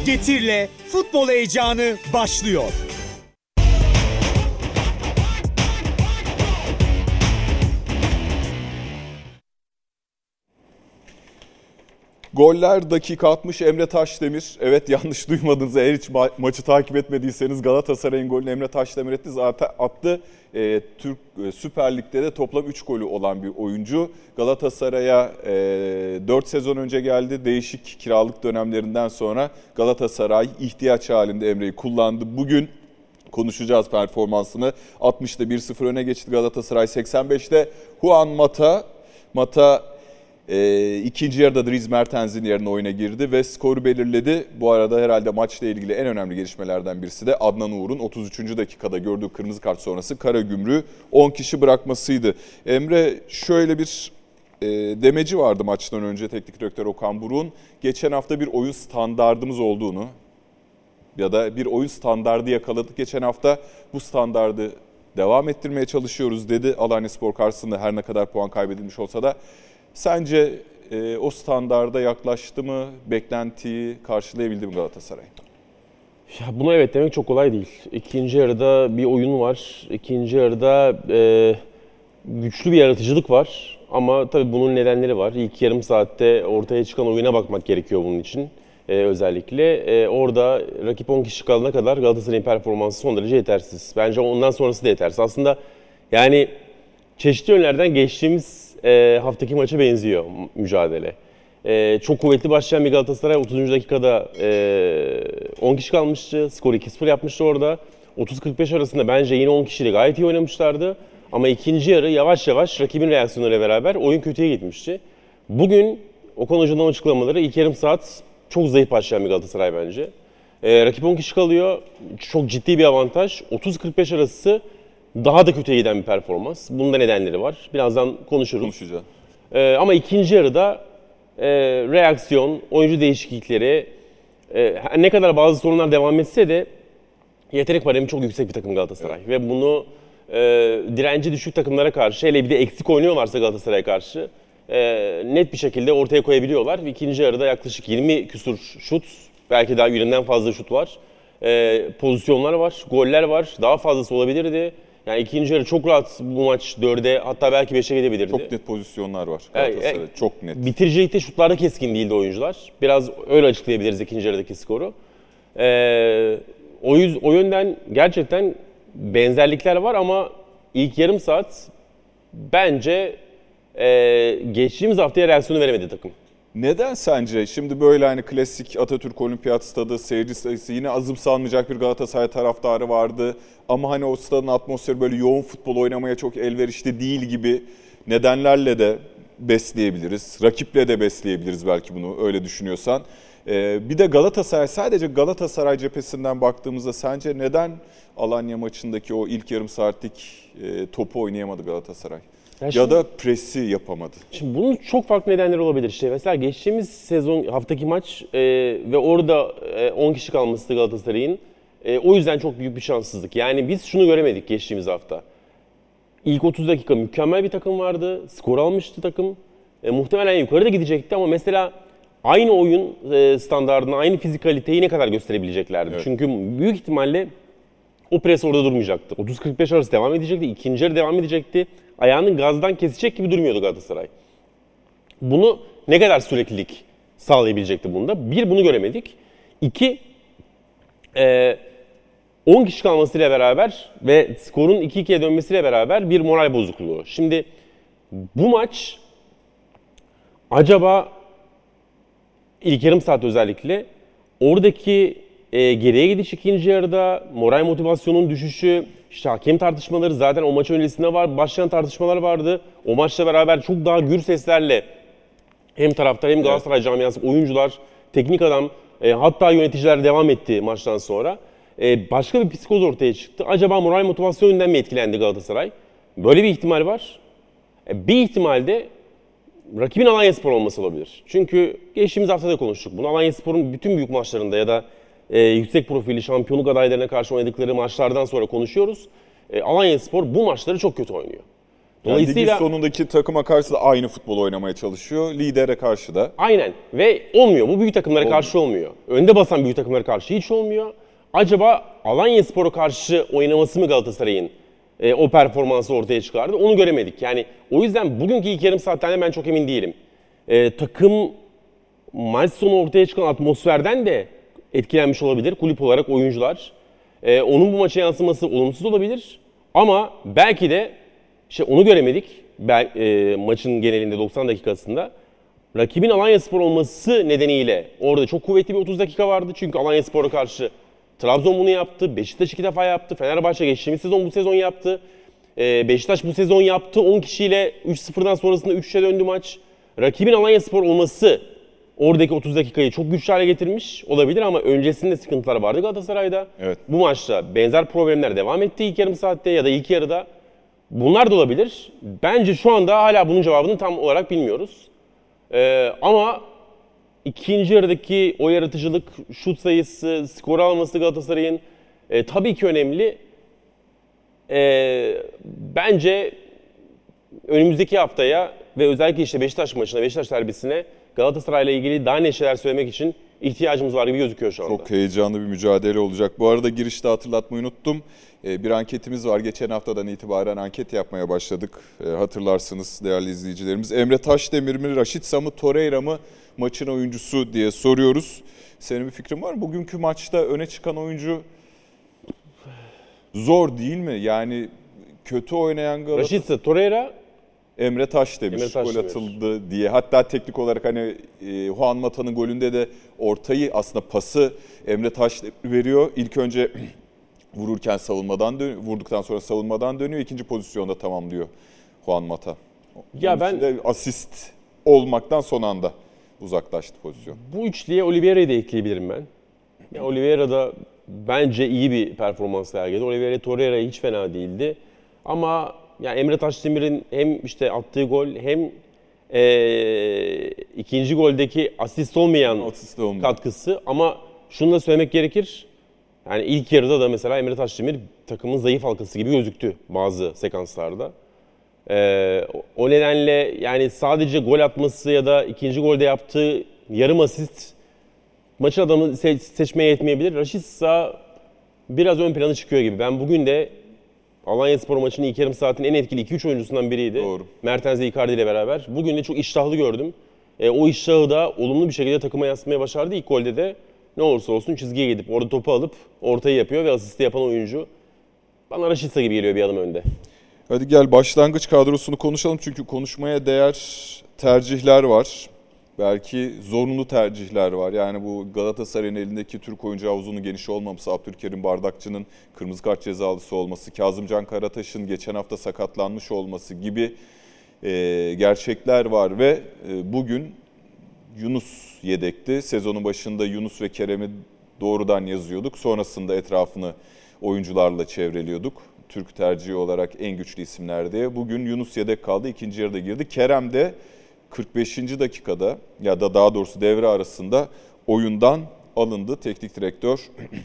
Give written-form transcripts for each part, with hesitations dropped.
Getir'le futbol heyecanı başlıyor. Goller dakika 60 Emre Taşdemir. Evet, yanlış duymadınız. Eğer hiç maçı takip etmediyseniz Galatasaray'ın golünü Emre Taşdemir zaten attı. Türk Süper Lig'de de toplam 3 golü olan bir oyuncu. Galatasaray'a 4 sezon önce geldi. Değişik kiralık dönemlerinden sonra Galatasaray ihtiyaç halinde Emre'yi kullandı. Bugün konuşacağız performansını. 60'da 1-0 öne geçti Galatasaray. 85'te Juan Mata ikinci yarıda Dries Mertens'in yerine oyuna girdi ve skoru belirledi. Bu arada herhalde maçla ilgili en önemli gelişmelerden birisi de Adnan Uğur'un 33. dakikada gördüğü kırmızı kart sonrası Karagümrük'ü 10 kişi bırakmasıydı. Emre, şöyle bir demeci vardı maçtan önce teknik direktör Okan Buruk'un. Geçen hafta bir oyun standardımız olduğunu ya da bir oyun standardı yakaladık. Geçen hafta bu standardı devam ettirmeye çalışıyoruz dedi. Alanyaspor karşısında her ne kadar puan kaybedilmiş olsa da. Sence o standarda yaklaştı mı? Beklentiyi karşılayabildi mi Galatasaray? Ya buna evet demek çok kolay değil. İkinci yarıda bir oyun var. İkinci yarıda güçlü bir yaratıcılık var. Ama tabii bunun nedenleri var. İlk yarım saatte ortaya çıkan oyuna bakmak gerekiyor bunun için. Özellikle orada rakip 10 kişi kalana kadar Galatasaray'ın performansı son derece yetersiz. Bence ondan sonrası da yetersiz. Aslında yani çeşitli yönlerden geçtiğimiz haftaki maça benziyor mücadele. Çok kuvvetli başlayan bir Galatasaray 30. dakikada 10 kişi kalmıştı. Skoru 2-0 yapmıştı orada. 30-45 arasında bence yine 10 kişiyle gayet iyi oynamışlardı. Ama ikinci yarı yavaş yavaş rakibin reaksiyonlarıyla beraber oyun kötüye gitmişti. Bugün Okan Hoca'nın açıklamaları ilk yarım saat çok zayıf başlayan bir Galatasaray bence. Rakip 10 kişi kalıyor. Çok ciddi bir avantaj. 30-45 arası daha da kötüye giden bir performans. Bunun da nedenleri var. Birazdan konuşacağız. Ama ikinci yarıda reaksiyon, oyuncu değişiklikleri, ne kadar bazı sorunlar devam etse de yetenek baremi çok yüksek bir takım Galatasaray. Evet. Ve bunu direnci düşük takımlara karşı, hele bir de eksik oynuyorlarsa Galatasaray'a karşı net bir şekilde ortaya koyabiliyorlar. Ve ikinci yarıda yaklaşık 20 küsur şut, belki daha 20'den fazla şut var. Pozisyonlar var, goller var. Daha fazlası olabilirdi. Yani ikinci yarı çok rahat bu maç 4'e, hatta belki 5'e gidebilirdi. Çok net pozisyonlar var Galatasaray'da, çok net. Bitiricilikte şutlarda keskin değildi oyuncular. Biraz öyle açıklayabiliriz ikinci yarıdaki skoru. O yönden gerçekten benzerlikler var ama ilk yarım saat bence geçtiğimiz haftaya reaksiyonu veremedi takım. Neden sence? Şimdi böyle hani klasik Atatürk Olimpiyat Stadı, seyirci sayısı yine azımsanmayacak bir Galatasaray taraftarı vardı. Ama hani o stadın atmosferi böyle yoğun futbol oynamaya çok elverişli değil gibi nedenlerle de besleyebiliriz. Rakiple de besleyebiliriz belki bunu öyle düşünüyorsan. Bir de Galatasaray, sadece Galatasaray cephesinden baktığımızda sence neden Alanya maçındaki o ilk yarım saatlik topu oynayamadı Galatasaray? Ya da presi yapamadı. Şimdi bunun çok farklı nedenleri olabilir. İşte mesela geçtiğimiz sezon haftaki maç ve orada 10 kişi kalması Galatasaray'ın o yüzden çok büyük bir şanssızlık. Yani biz şunu göremedik geçtiğimiz hafta. İlk 30 dakika mükemmel bir takım vardı. Skor almıştı takım. Muhtemelen yukarıda gidecekti ama mesela aynı oyun standardını, aynı fizikaliteyi ne kadar gösterebileceklerdi? Evet. Çünkü büyük ihtimalle o pres orada durmayacaktı. 30-45 arası devam edecekti. İkinci yarı devam edecekti. Ayağını gazdan kesecek gibi durmuyordu Galatasaray. Bunu ne kadar süreklilik sağlayabilecekti bunda? Bir, bunu göremedik. İki, 10 kişi kalmasıyla beraber ve skorun 2-2'ye dönmesiyle beraber bir moral bozukluğu. Şimdi bu maç acaba ilk yarım saat özellikle oradaki geriye gidiş ikinci yarıda, moral motivasyonun düşüşü, işte hakem tartışmaları zaten o maç öncesinde var, başlayan tartışmalar vardı. O maçla beraber çok daha gür seslerle hem taraftar hem Galatasaray camiası, oyuncular, teknik adam, hatta yöneticiler devam etti maçtan sonra. Başka bir psikoz ortaya çıktı. Acaba moral motivasyonundan mı etkilendi Galatasaray? Böyle bir ihtimal var. Bir ihtimal de rakibin Alanyaspor olması olabilir. Çünkü geçtiğimiz hafta da konuştuk bunu. Alanyaspor'un bütün büyük maçlarında ya da yüksek profili şampiyonluk adaylarına karşı oynadıkları maçlardan sonra konuşuyoruz. Alanyaspor bu maçları çok kötü oynuyor. Dolayısıyla ligin sonundaki takıma karşı da aynı futbol oynamaya çalışıyor. Lidere karşı da. aynen ve olmuyor. Bu büyük takımlara karşı olmuyor. Önde basan büyük takımlara karşı hiç olmuyor. Acaba Alanyaspor'a karşı oynaması mı Galatasaray'ın o performansı ortaya çıkardı? Onu göremedik. Yani o yüzden bugünkü ilk yarım saatten de ben çok emin değilim. Takım maç sonu ortaya çıkan atmosferden de etkilenmiş olabilir kulüp olarak oyuncular. Onun bu maça yansıması olumsuz olabilir. Ama belki de onu göremedik maçın genelinde 90 dakikasında. Rakibin Alanyaspor olması nedeniyle orada çok kuvvetli bir 30 dakika vardı. Çünkü Alanyaspor'a karşı Trabzon bunu yaptı, Beşiktaş 2 defa yaptı, Fenerbahçe geçtiğimiz sezon bu sezon yaptı. Beşiktaş bu sezon yaptı, 10 kişiyle 3-0'dan sonrasında 3-3'e döndü maç. Rakibin Alanyaspor olması oradaki 30 dakikayı çok güçlü hale getirmiş olabilir ama öncesinde sıkıntılar vardı Galatasaray'da. Evet. Bu maçta benzer problemler devam etti ilk yarım saatte ya da ilk yarıda. Bunlar da olabilir. Bence şu anda hala bunun cevabını tam olarak bilmiyoruz. Ama ikinci yarıdaki o yaratıcılık, şut sayısı, skor alması Galatasaray'ın tabii ki önemli. Bence önümüzdeki haftaya ve özellikle işte Beşiktaş maçına, Beşiktaş derbisine Galatasaray'la ilgili daha ne şeyler söylemek için ihtiyacımız var gibi gözüküyor şu anda. Çok heyecanlı bir mücadele olacak. Bu arada girişte hatırlatmayı unuttum. Bir anketimiz var. Geçen haftadan itibaren anket yapmaya başladık. Hatırlarsınız değerli izleyicilerimiz. Emre Taşdemir mi, Rashica mı, Torreira mı maçın oyuncusu diye soruyoruz. Senin bir fikrin var mı? Bugünkü maçta öne çıkan oyuncu zor değil mi? Yani kötü oynayan Galatasaray... Rashica, Torreira, Emre Taşdemir gol atıldı diye. Hatta teknik olarak hani Juan Mata'nın golünde de ortayı aslında pası Emre Taşdemir veriyor. İlk önce vurduktan sonra savunmadan dönüyor. İkinci pozisyonda tamamlıyor Juan Mata. Ya ben asist olmaktan son anda uzaklaştı pozisyon. bu üçlüye Oliveira'yı da ekleyebilirim ben. Ya Oliveira da bence iyi bir performans sergiledi. Oliveira Torreira hiç fena değildi. Ama yani Emre Taşdemir'in hem işte attığı gol hem ikinci goldeki asist olmayan katkısı. Ama şunu da söylemek gerekir. Yani ilk yarıda da mesela Emre Taşdemir takımın zayıf halkası gibi gözüktü bazı sekanslarda. O nedenle yani sadece gol atması ya da ikinci golde yaptığı yarım asist maçın adamı seçmeye yetmeyebilir. Rashica biraz ön plana çıkıyor gibi. Ben bugün de Alanyaspor maçının ilk yarım saatin en etkili 2-3 oyuncusundan biriydi. Doğru. Mertens ve Icardi ile beraber. Bugün de çok iştahlı gördüm. O iştahı da olumlu bir şekilde takıma yansıtmaya başardı. İlk golde de ne olursa olsun çizgiye gidip orada topu alıp ortayı yapıyor ve asisti yapan oyuncu. Bana Rashica gibi geliyor bir adım önde. Hadi gel başlangıç kadrosunu konuşalım çünkü konuşmaya değer tercihler var. Belki zorunlu tercihler var. Yani bu Galatasaray'ın elindeki Türk oyuncu havuzunun geniş olmaması, Abdülkerim Bardakçı'nın kırmızı kart cezalısı olması, Kazımcan Karataş'ın geçen hafta sakatlanmış olması gibi gerçekler var ve bugün Yunus yedekti. Sezonun başında Yunus ve Kerem'i doğrudan yazıyorduk. Sonrasında etrafını oyuncularla çevreliyorduk. Türk tercihi olarak en güçlü isimler diye. Bugün Yunus yedek kaldı. İkinci yarıda girdi. Kerem de 45. dakikada ya da daha doğrusu devre arasında oyundan alındı. Teknik direktör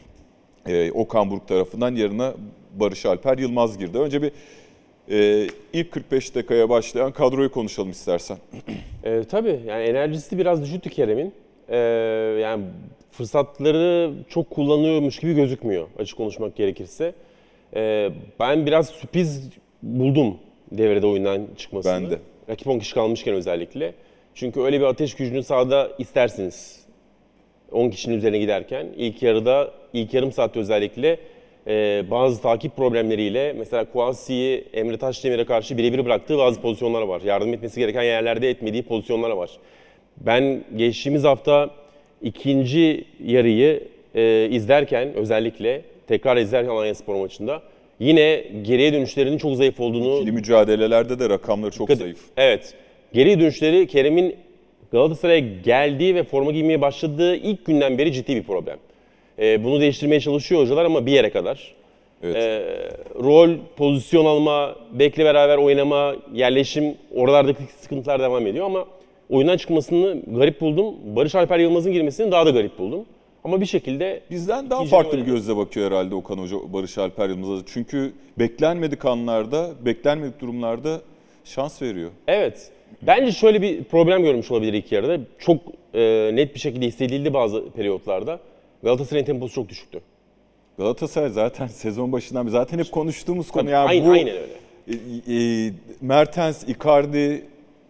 Okan Buruk tarafından yerine Barış Alper Yılmaz girdi. Önce bir ilk 45 dakikaya başlayan kadroyu konuşalım istersen. Tabii yani enerjisi biraz düşüktü Kerem'in. Yani fırsatları çok kullanıyormuş gibi gözükmüyor açık konuşmak gerekirse. Ben biraz sürpriz buldum devrede oyundan çıkmasını. Ben de. Rakip 10 kişi kalmışken özellikle. Çünkü öyle bir ateş gücünü sahada istersiniz. 10 kişinin üzerine giderken. İlk yarım saatte özellikle bazı takip problemleriyle mesela Kouassi'yi Emre Taşdemir'e karşı birebir bıraktığı bazı pozisyonlar var. Yardım etmesi gereken yerlerde etmediği pozisyonlar var. Ben geçtiğimiz hafta ikinci yarıyı izlerken özellikle tekrar izlerken Alanyaspor maçında yine geriye dönüşlerinin çok zayıf olduğunu... İkili mücadelelerde de rakamları çok zayıf. Evet. Geriye dönüşleri Kerem'in Galatasaray'a geldiği ve forma giymeye başladığı ilk günden beri ciddi bir problem. Bunu değiştirmeye çalışıyor hocalar ama bir yere kadar. Evet. Rol, pozisyon alma, bekle beraber oynama, yerleşim oralardaki sıkıntılar devam ediyor ama oyundan çıkmasını garip buldum. Barış Alper Yılmaz'ın girmesini daha da garip buldum. Ama bir şekilde... Bizden daha farklı bir gözle bakıyor herhalde Okan Hoca Barış Alper Yılmaz'a. Çünkü beklenmedik anlarda, beklenmedik durumlarda şans veriyor. Evet. Bence şöyle bir problem görmüş olabilir ilk yarıda. Çok net bir şekilde hissedildi bazı periyotlarda. Galatasaray'ın temposu çok düşüktü. Galatasaray zaten sezon başından beri zaten hep konuştuğumuz konu. Tabii, Yani aynen öyle. Mertens, Icardi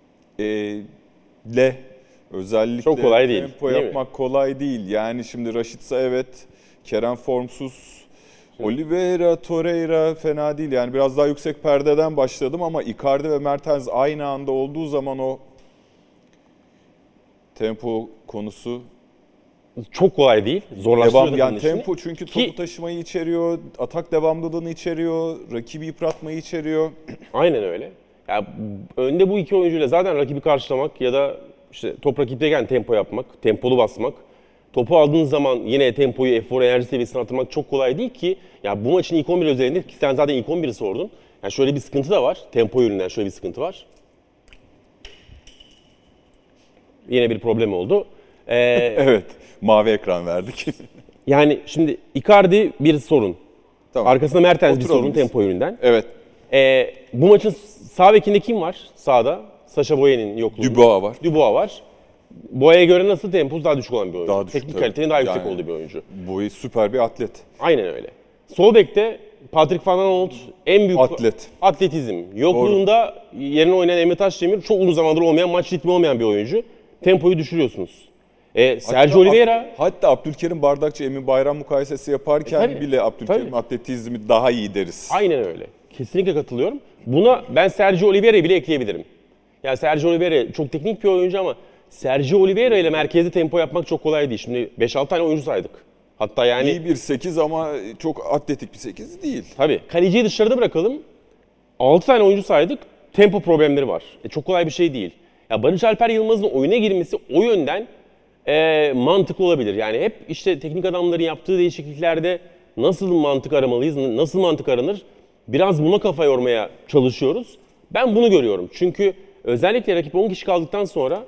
le özellikle Çok kolay değil, tempo değil mi? yapmak kolay değil. Yani şimdi Rashica evet, Kerem formsuz, Oliveira, Torreira fena değil. Yani biraz daha yüksek perdeden başladım ama Icardi ve Mertens aynı anda olduğu zaman o tempo konusu Çok kolay değil. Zorlaştırıyor yani işini. tempo çünkü Ki- topu taşımayı içeriyor, atak devamlılığını içeriyor, rakibi yıpratmayı içeriyor. Aynen öyle. Ya önde bu iki oyuncuyla zaten rakibi karşılamak ya da işte top rakipteyken tempo yapmak, tempolu basmak. Topu aldığınız zaman yine tempoyu, efor, enerji seviyesini artırmak çok kolay değil ki. Ya bu maçın ilk 11 özelinde ki sen zaten ilk 11'i sordun. Ya şöyle bir sıkıntı da var. Tempo yönünden şöyle bir sıkıntı var. Yine bir problem oldu. Evet, mavi ekran verdik. Yani şimdi Icardi bir sorun. Tamam. Arkasında Mertens bir Oturalım sorun biz. tempo yönünden. Evet, Bu maçın sağ bekinde kim var sağda? Sacha Boey'nin yokluğunda. Dubois var. Dubois var. Boya'ya göre nasıl temposu daha düşük olan bir oyuncu. Daha düşük, Teknik tabii. kalitenin daha yüksek Yani- olduğu bir oyuncu. Boyu süper bir atlet. Aynen öyle. Sol bekte Patrick Van Aanholt en büyük atletizm. Yokluğunda yerine oynayan Emre Taşdemir çok uzun zamandır olmayan, maç ritmi olmayan bir oyuncu. Tempoyu düşürüyorsunuz. Sergio Oliveira Hatta Abdülkerim Bardakçı, Emin Bayram mukayesesi yaparken tabii, bile Abdülkerim'in tabii. atletizmi daha iyi deriz. aynen öyle. Kesinlikle katılıyorum. Buna ben Sergio Oliveira'yı bile ekleyebilirim. Ya Sergio Oliveira çok teknik bir oyuncu ama Sergio Oliveira ile merkezde tempo yapmak çok kolay değil. Şimdi 5-6 tane oyuncu saydık. Hatta yani İyi bir 8 ama çok atletik bir 8 değil. tabii kaleciyi dışarıda bırakalım. 6 tane oyuncu saydık. Tempo problemleri var. Çok kolay bir şey değil. Ya Barış Alper Yılmaz'ın oyuna girmesi o yönden mantıklı olabilir. Yani hep işte teknik adamların yaptığı değişikliklerde nasıl mantık aramalıyız, nasıl mantık aranır? Biraz buna kafa yormaya çalışıyoruz. Ben bunu görüyorum. Çünkü özellikle rakip 10 kişi kaldıktan sonra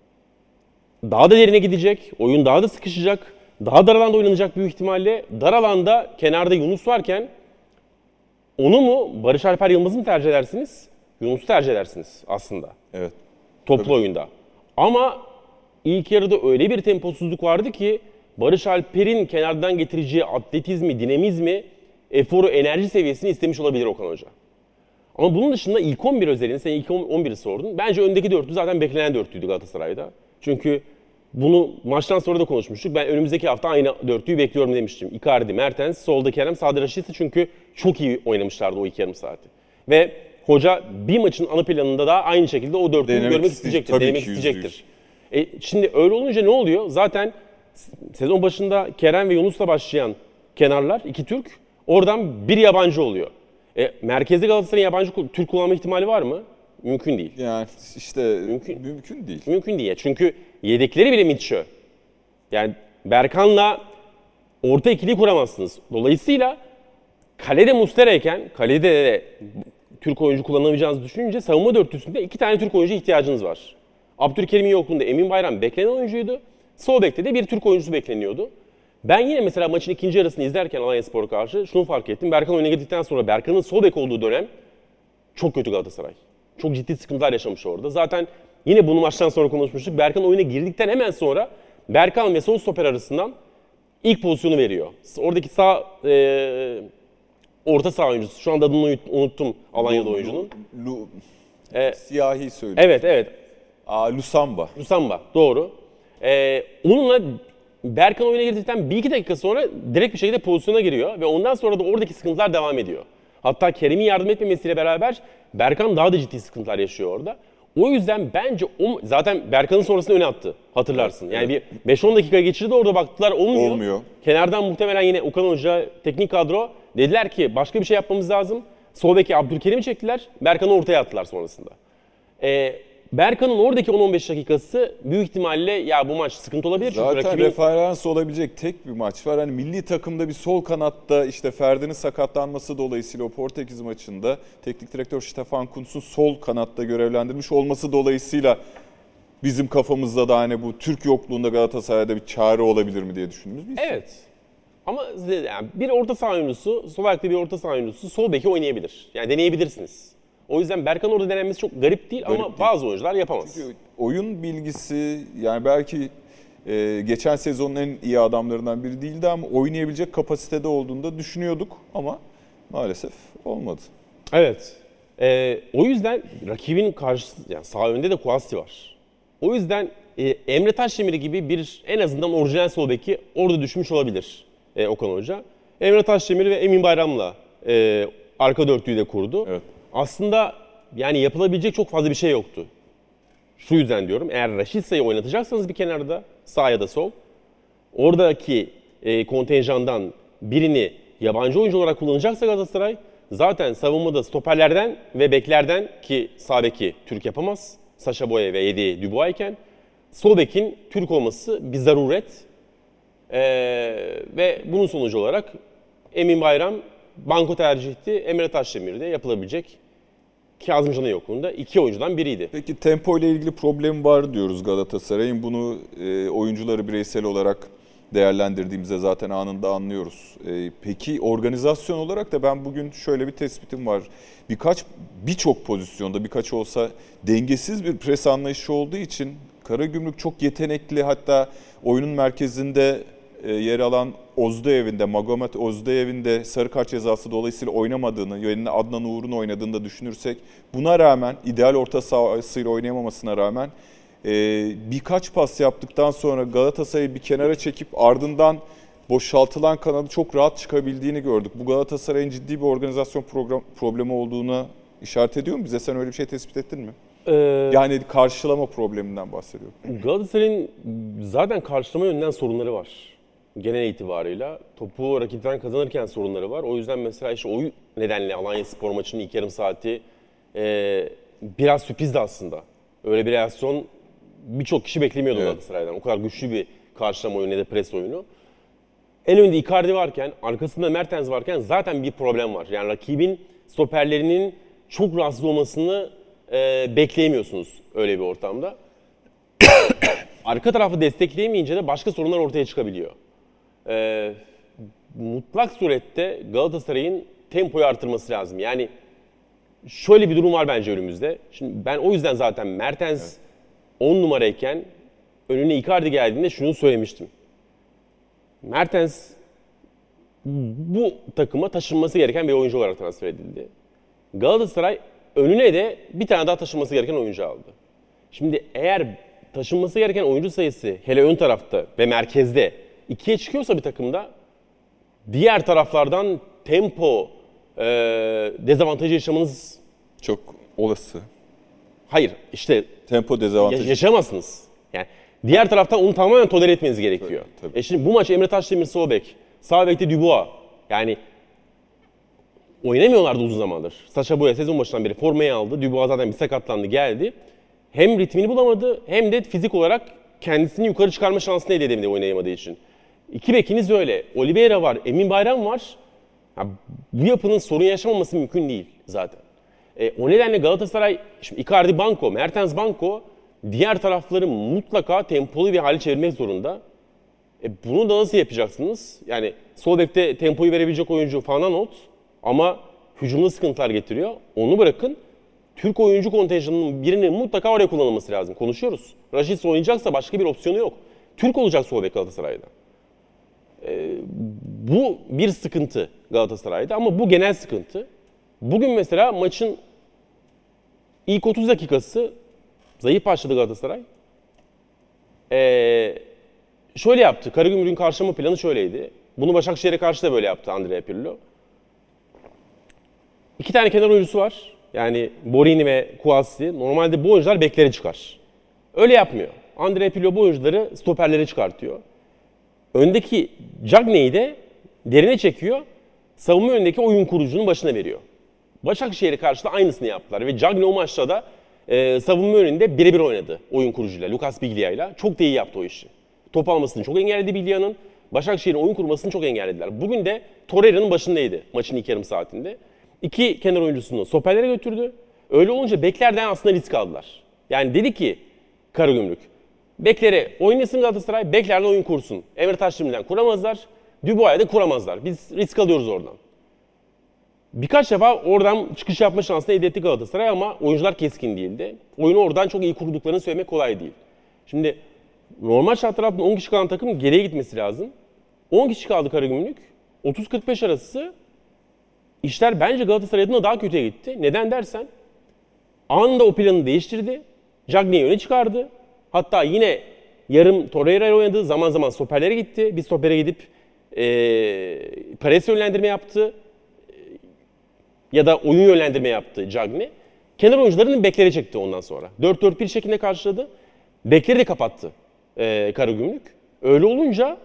daha da derine gidecek, oyun daha da sıkışacak, daha dar alanda oynanacak büyük ihtimalle. Dar alanda kenarda Yunus varken onu mu Barış Alper Yılmaz'ı mı tercih edersiniz? Yunus'u tercih edersiniz aslında Evet. toplu oyunda. Ama ilk yarıda öyle bir temposuzluk vardı ki Barış Alper'in kenardan getireceği atletizmi, dinamizmi, eforu, enerji seviyesini istemiş olabilir Okan Hoca. Ama bunun dışında ilk 11 özelinde, sen ilk 11'i sordun. Bence öndeki dörtlü zaten beklenen dörtlüydü Galatasaray'da. Çünkü bunu maçtan sonra da konuşmuştuk. Ben önümüzdeki hafta aynı dörtlüyü bekliyorum demiştim. Icardi, Mertens, solda Kerem, sağda Rashica çünkü çok iyi oynamışlardı o iki yarım saati. Ve hoca bir maçın ana planında da aynı şekilde o dörtlüyü Denemek görmek isteyecek, isteyecektir, tabii denemek ki, isteyecektir. Şimdi öyle olunca ne oluyor? Zaten sezon başında Kerem ve Yunus'la başlayan kenarlar, iki Türk, oradan bir yabancı oluyor. Merkezde Galatasaray'ın yabancı Türk kullanma ihtimali var mı? Mümkün değil. Yani işte mümkün değil. Mümkün değil. Çünkü yedekleri bile Mitchell. Yani Berkan'la orta ikili kuramazsınız. Dolayısıyla kalede Muslera'yken, kalede de Türk oyuncu kullanamayacağınızı düşününce savunma dörtlüsünde iki tane Türk oyuncu ihtiyacınız var. Abdülkerim'in yokluğunda Emin Bayram beklenen oyuncuydu. Sol bekte de bir Türk oyuncusu bekleniyordu. Ben yine mesela maçın ikinci yarısını izlerken Alanyaspor'a karşı şunu fark ettim. Berkan oyuna girdikten sonra Berkan'ın sol bek olduğu dönem çok kötü Galatasaray. Çok ciddi sıkıntılar yaşamış orada. Zaten yine bunu maçtan sonra konuşmuştuk. Berkan oyuna girdikten hemen sonra Berkan ve sol stoper arasından ilk pozisyonu veriyor. Oradaki orta saha oyuncusu. Şu anda adını unuttum Alanya'da oyuncunun. Siyahi söylüyor. Evet. Lusamba. Lusamba, doğru. Onunla Berkan oyuna girdikten 1-2 dakika sonra direkt bir şekilde pozisyona giriyor ve ondan sonra da oradaki sıkıntılar devam ediyor. Hatta Kerem'in yardım etmemesiyle beraber Berkan daha da ciddi sıkıntılar yaşıyor orada. O yüzden bence zaten Berkan'ın sonrasında öne attı, hatırlarsın. Yani bir 5-10 dakika geçirdi orada, baktılar olmuyor. Kenardan muhtemelen yine Okan Hoca, teknik kadro dediler ki başka bir şey yapmamız lazım. Sol beki Abdülkerim'i çektiler, Berkan'ı ortaya attılar sonrasında. Berkan'ın oradaki 10-15 dakikası büyük ihtimalle ya bu maç sıkıntı olabilir. Çünkü Zaten referans olabilecek tek bir maç var. Hani milli takımda bir sol kanatta işte Ferdi'nin sakatlanması dolayısıyla o Portekiz maçında teknik direktör Stefan Kuntz'un sol kanatta görevlendirmiş olması dolayısıyla bizim kafamızda da hani bu Türk yokluğunda Galatasaray'da bir çare olabilir mi diye düşündüğümüz bir şey. Evet. Ama yani bir orta saha oyuncusu, sol ayaklı bir orta saha oyuncusu sol beki oynayabilir. Yani deneyebilirsiniz. O yüzden Berkan orada denenmesi çok garip değil Garip ama değil. bazı oyuncular yapamaz. Çünkü oyun bilgisi yani belki geçen sezonun en iyi adamlarından biri değildi ama oynayabilecek kapasitede olduğunu da düşünüyorduk ama maalesef olmadı. Evet. O yüzden rakibin karşısı, yani sağ önde de Kouassi var. O yüzden Emre Taşdemir gibi bir en azından orijinal sol beki orada düşmüş olabilir Okan Hoca. Emre Taşdemir ve Emin Bayram'la arka dörtlüyü de kurdu. Evet. Aslında yani yapılabilecek çok fazla bir şey yoktu. Şu yüzden diyorum, eğer Raşitsa'yı oynatacaksanız bir kenarda, sağ ya da sol, oradaki kontenjandan birini yabancı oyuncu olarak kullanacaksa Galatasaray, zaten savunmada stoperlerden ve beklerden, ki sağ beki Türk yapamaz, Sacha Boey ve Yedi Dubois iken, sol bekin Türk olması bir zaruret. Ve bunun sonucu olarak Emin Bayram banko tercihti, Emre Taşdemir de yapılabilecek Kazım Can'ın yokluğunda iki oyuncudan biriydi. Peki tempo ile ilgili problem var diyoruz Galatasaray'ın. Bunu oyuncuları bireysel olarak değerlendirdiğimizde zaten anında anlıyoruz. Peki organizasyon olarak da ben bugün şöyle bir tespitim var. Birçok pozisyonda, birkaç olsa dengesiz bir pres anlayışı olduğu için Karagümrük çok yetenekli, hatta oyunun merkezinde yer alan Ozdayev'in de, Magomed Ozdayev'in de sarı kart cezası dolayısıyla oynamadığını, yerine Adnan Uğur'un oynadığını da düşünürsek, buna rağmen ideal orta sahasıyla oynayamamasına rağmen birkaç pas yaptıktan sonra Galatasaray'ı bir kenara çekip ardından boşaltılan kanadı çok rahat çıkabildiğini gördük. Bu Galatasaray'ın ciddi bir organizasyon problemi olduğuna işaret ediyor mu bize? Sen öyle bir şey tespit ettin mi? Yani karşılama probleminden bahsediyorum. Galatasaray'ın zaten karşılama yönünden sorunları var. Genel itibarıyla. Topu rakipten kazanırken sorunları var. O yüzden mesela işte o nedenle Alanyaspor maçının ilk yarım saati biraz sürprizdi aslında. Öyle bir reaksiyon birçok kişi beklemiyordu Galatasaray'dan. O kadar güçlü bir karşılama oyunu ya da pres oyunu. En önde Icardi varken, arkasında Mertens varken zaten bir problem var. Yani rakibin stoperlerinin çok rahatsız olmasını bekleyemiyorsunuz öyle bir ortamda. Arka tarafı destekleyemeyince de başka sorunlar ortaya çıkabiliyor. Mutlak surette Galatasaray'ın tempoyu artırması lazım. Yani şöyle bir durum var bence önümüzde. Şimdi ben o yüzden zaten Mertens 10 numarayken önüne Icardi geldiğinde şunu söylemiştim. Mertens bu takıma taşınması gereken bir oyuncu olarak transfer edildi. Galatasaray önüne de bir tane daha taşınması gereken oyuncu aldı. Şimdi eğer taşınması gereken oyuncu sayısı hele ön tarafta ve merkezde 2'ye çıkıyorsa bir takımda, diğer taraflardan tempo dezavantajı yaşamanız Çok olası. hayır işte Tempo dezavantajı. yaşamazsınız. Yani diğer taraftan onu tamamen tolere etmeniz gerekiyor. Tabii. Şimdi bu maç Emre Taşdemir sol bek, sağ bekte Dubois. Yani oynamıyorlardı uzun zamandır. Sacha Boey sezon başından beri formayı aldı. Dubois zaten bir sakatlandı, geldi. Hem ritmini bulamadı hem de fizik olarak kendisini yukarı çıkarma şansını elde edemedi oynayamadığı için. İki bekiniz öyle. Oliveira var, Emin Bayram var. Ya, bu yapının sorun yaşamaması mümkün değil zaten. O nedenle Galatasaray, şimdi Icardi banko, Mertens banko, diğer tarafları mutlaka tempolu bir hale çevirmek zorunda. Bunu da nasıl yapacaksınız? Yani sol bekte tempoyu verebilecek oyuncu Fananot ama hücumda sıkıntılar getiriyor. Onu bırakın. Türk oyuncu kontenjanının birinin mutlaka oraya kullanılması lazım. Konuşuyoruz. Raşit oynayacaksa başka bir opsiyonu yok. Türk olacak sol bek Galatasaray'da. Bu bir sıkıntı Galatasaray'da ama bu genel sıkıntı. Bugün mesela maçın ilk 30 dakikası zayıf başladı Galatasaray. Şöyle yaptı. Karagümrük'ün karşılama planı şöyleydi. Bunu Başakşehir'e karşı da böyle yaptı Andrea Pirlo. İki tane kenar oyuncusu var. Yani Borini ve Kouassi. Normalde bu oyuncular beklere çıkar. Öyle yapmıyor. Andrea Pirlo bu oyuncuları stoperlere çıkartıyor. Öndeki Cagney'i de derine çekiyor. Savunma önündeki oyun kurucunun başına veriyor. Başakşehir'e karşı da aynısını yaptılar. Ve Cagney o maçta da savunma önünde birebir oynadı oyun kurucuyla, Lucas Biglia'yla. Çok da iyi yaptı o işi. Top almasını çok engelledi Biglia'nın. Başakşehir'in oyun kurmasını çok engellediler. Bugün de Torreira'nın başındaydı maçın ilk yarım saatinde. İki kenar oyuncusunu stoperlere götürdü. Öyle olunca beklerden aslında risk aldılar. Yani dedi ki Karagümrük, beklere oynasın Galatasaray, beklerden oyun kursun. Emre Taşdemir'den kuramazlar, Dubois'ya da kuramazlar. Biz risk alıyoruz oradan. Birkaç defa oradan çıkış yapma şansını elde etti Galatasaray ama oyuncular keskin değildi. Oyunu oradan çok iyi kurduklarını söylemek kolay değil. Şimdi normal şartlar altında 10 kişi kalan takım geriye gitmesi lazım. 10 kişi kaldı Karagümrük. 30-45 arası işler bence Galatasaray adına daha kötüye gitti. Neden dersen anında o planı değiştirdi. Cagney'i öne çıkardı. Hatta yine yarım Torreira oynadı. Zaman zaman stoperlere gitti. Bir stopere gidip pres yönlendirme yaptı. Ya da oyun yönlendirme yaptı Cagney. Kenar oyuncularını beklere çekti ondan sonra. 4-4-1 şeklinde karşıladı. Bekleri de kapattı Karagümrük. Öyle olunca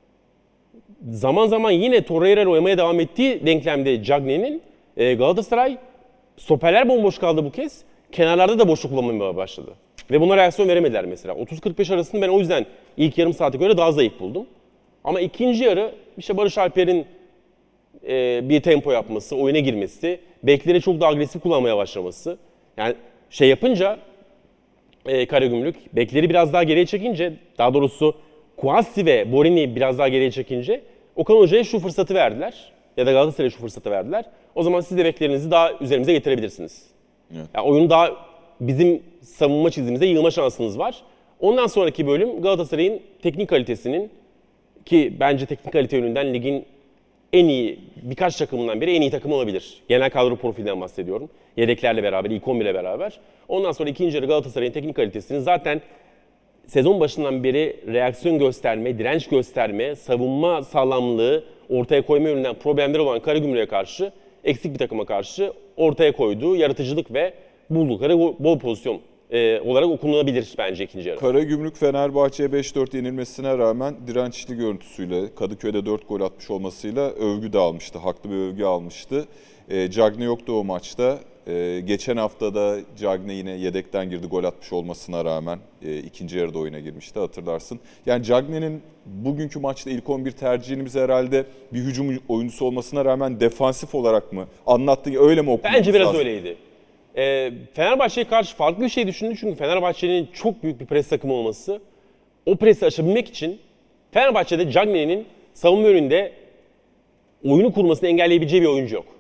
zaman zaman yine Torreira oynamaya devam ettiği denklemde Cagney'in Galatasaray stoperler bomboş kaldı bu kez. Kenarlarda da boşluk kullanmaya başladı. Ve buna reaksiyon veremediler mesela. 30-45 arasını ben o yüzden ilk yarım saate göre daha zayıf buldum. Ama ikinci yarı işte Barış Alper'in bir tempo yapması, oyuna girmesi, bekleri çok daha agresif kullanmaya başlaması. Yani şey yapınca Karagümrük bekleri biraz daha geriye çekince, daha doğrusu Kouassi ve Borini biraz daha geriye çekince Okan Hoca'ya şu fırsatı verdiler. Ya da Galatasaray'a şu fırsatı verdiler. O zaman siz de beklerinizi daha üzerimize getirebilirsiniz. Evet. Yani oyunu daha bizim savunma çizgimize yığma şansınız var. Ondan sonraki bölüm Galatasaray'ın teknik kalitesinin, ki bence teknik kalite yönünden ligin en iyi birkaç takımından biri en iyi takım olabilir. Genel kadro profilinden bahsediyorum. Yedeklerle beraber, ilk 11'le beraber. Ondan sonra ikinci yarı Galatasaray'ın teknik kalitesini zaten sezon başından beri reaksiyon gösterme, direnç gösterme, savunma sağlamlığı ortaya koyma yönünden problemleri olan Karagümrük'e karşı, eksik bir takıma karşı ortaya koyduğu yaratıcılık ve buldukları bol pozisyon olarak okunabilir bence ikinci yarı. Karagümrük Fenerbahçe'ye 5-4 yenilmesine rağmen dirençli görüntüsüyle, Kadıköy'de 4 gol atmış olmasıyla övgü de almıştı, haklı bir övgü almıştı. Cagney yoktu o maçta. Geçen hafta da Cagney yine yedekten girdi gol atmış olmasına rağmen. İkinci yarıda oyuna girmişti, hatırlarsın. Yani Cagney'in bugünkü maçta ilk 11 tercihimiz herhalde bir hücum oyuncusu olmasına rağmen defansif olarak mı? Anlattığı öyle mi okumamız Bence biraz lazım? öyleydi. Fenerbahçe'ye karşı farklı bir şey düşündü çünkü Fenerbahçe'nin çok büyük bir pres takımı olması, o presi aşabilmek için Fenerbahçe'de Cagney'in savunma önünde oyunu kurmasını engelleyebileceği bir oyuncu yok.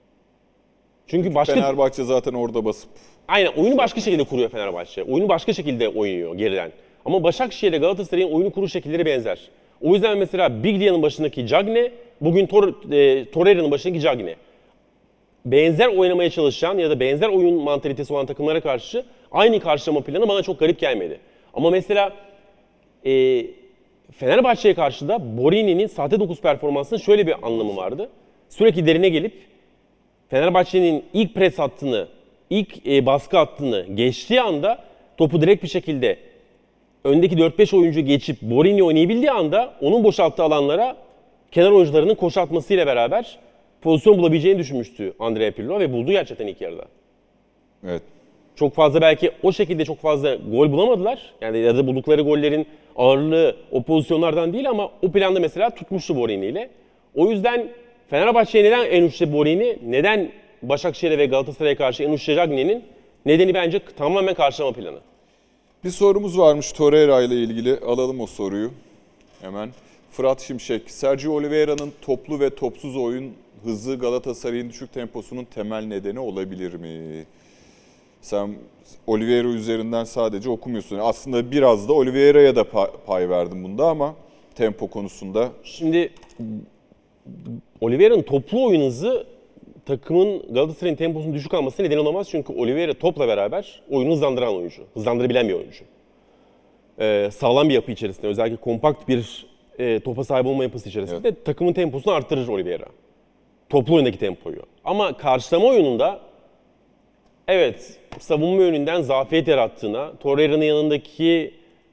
Çünkü başka Fenerbahçe zaten orada basıp... Aynen, oyunu başka şekilde kuruyor Fenerbahçe. Oyunu başka şekilde oynuyor geriden. Ama Başakşehir'le Galatasaray'ın oyunu kuruş şekilleri benzer. O yüzden mesela Biglia'nın başındaki Cagney, bugün Torreira'nın başındaki Cagney. Benzer oynamaya çalışan ya da benzer oyun mantalitesi olan takımlara karşı aynı karşılama planı bana çok garip gelmedi. Ama mesela Fenerbahçe'ye karşı da Borini'nin sahte 9 performansının şöyle bir anlamı vardı. Sürekli derine gelip Fenerbahçe'nin ilk pres hattını, ilk baskı hattını geçtiği anda topu direkt bir şekilde öndeki 4-5 oyuncu geçip Borini oynayabildiği anda onun boşalttığı alanlara kenar oyuncularının koşu atmasıyla beraber pozisyon bulabileceğini düşünmüştü Andrea Pirlo ve buldu gerçekten ilk yarıda. Evet. Çok fazla belki o şekilde çok fazla gol bulamadılar. Yani ya da buldukları gollerin ağırlığı o pozisyonlardan değil ama o planda mesela tutmuştu Borini ile. O yüzden Fenerbahçe'ye neden en uçta Borini, neden Başakşehir'e ve Galatasaray'a karşı en uçta Cagney'in nedeni bence tamamen karşılama planı. Bir sorumuz varmış Torreira ile ilgili. Alalım o soruyu hemen. Fırat Şimşek, Sergio Oliveira'nın toplu ve topsuz oyun hızı Galatasaray'ın düşük temposunun temel nedeni olabilir mi? Sen Oliveira üzerinden sadece okumuyorsun. Aslında biraz da Oliveira'ya da pay verdim bunda ama tempo konusunda. Şimdi Oliveira'nın toplu oyun hızı takımın Galatasaray'ın temposunun düşük almasına neden olamaz. Çünkü Oliveira topla beraber oyunu hızlandıran oyuncu. Hızlandırabilen bir oyuncu. Sağlam bir yapı içerisinde, özellikle kompakt bir topa sahip olma yapısı içerisinde takımın temposunu arttırır Oliveira. Toplu oyundaki tempoyu. Ama karşılama oyununda evet savunma yönünden zafiyet yarattığına, Torreira'nın yanındaki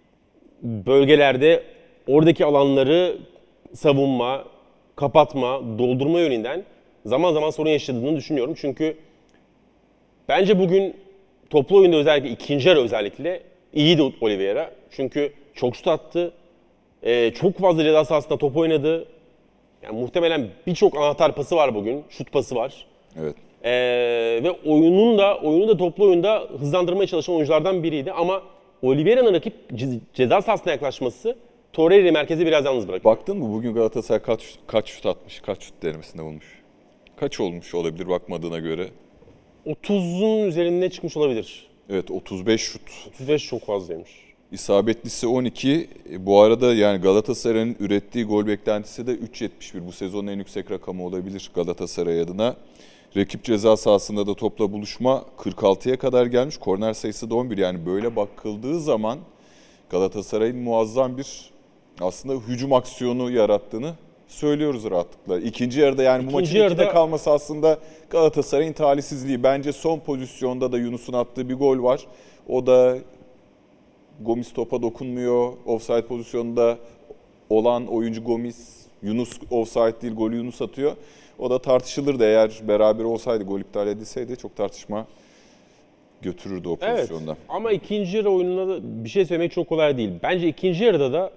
bölgelerde oradaki alanları savunma, kapatma, doldurma yönünden zaman zaman sorun yaşadığını düşünüyorum. Çünkü bence bugün toplu oyunda özellikle ikinci yarı özellikle iyiydi Oliveira. Çünkü çok şut attı, çok fazla ceza sahasında top oynadı. Yani muhtemelen birçok anahtar pası var bugün, şut pası var. Evet. Ve oyunu da toplu oyunda hızlandırmaya çalışan oyunculardan biriydi. Ama Oliveira'nın rakip ceza sahasına yaklaşması Torreira'yı merkeze biraz yalnız bırakıyor. Baktın mı bugün Galatasaray kaç şut atmış, kaç şut denemesinde bulmuş? Kaç olmuş olabilir bakmadığına göre? 30'un üzerinde çıkmış olabilir. Evet, 35 şut. 35 çok fazlaymış. İsabetlisi 12. Bu arada yani Galatasaray'ın ürettiği gol beklentisi de 3.71. Bu sezonun en yüksek rakamı olabilir Galatasaray adına. Rakip ceza sahasında da topla buluşma 46'ya kadar gelmiş. Korner sayısı da 11. Yani böyle bakıldığı zaman Galatasaray'ın muazzam bir aslında hücum aksiyonu yarattığını söylüyoruz rahatlıkla. İkinci yarıda yani bu maçın ikide kalması aslında Galatasaray'ın talihsizliği. Bence son pozisyonda da Yunus'un attığı bir gol var. O da Gomis topa dokunmuyor. Offside pozisyonunda olan oyuncu Gomis. Yunus offside değil, golü Yunus atıyor. O da tartışılırdı, eğer beraber olsaydı, gol iptal edilseydi çok tartışma götürürdü o pozisyonda. Evet, ama ikinci yarı oyununda da bir şey söylemek çok kolay değil. Bence ikinci yarıda da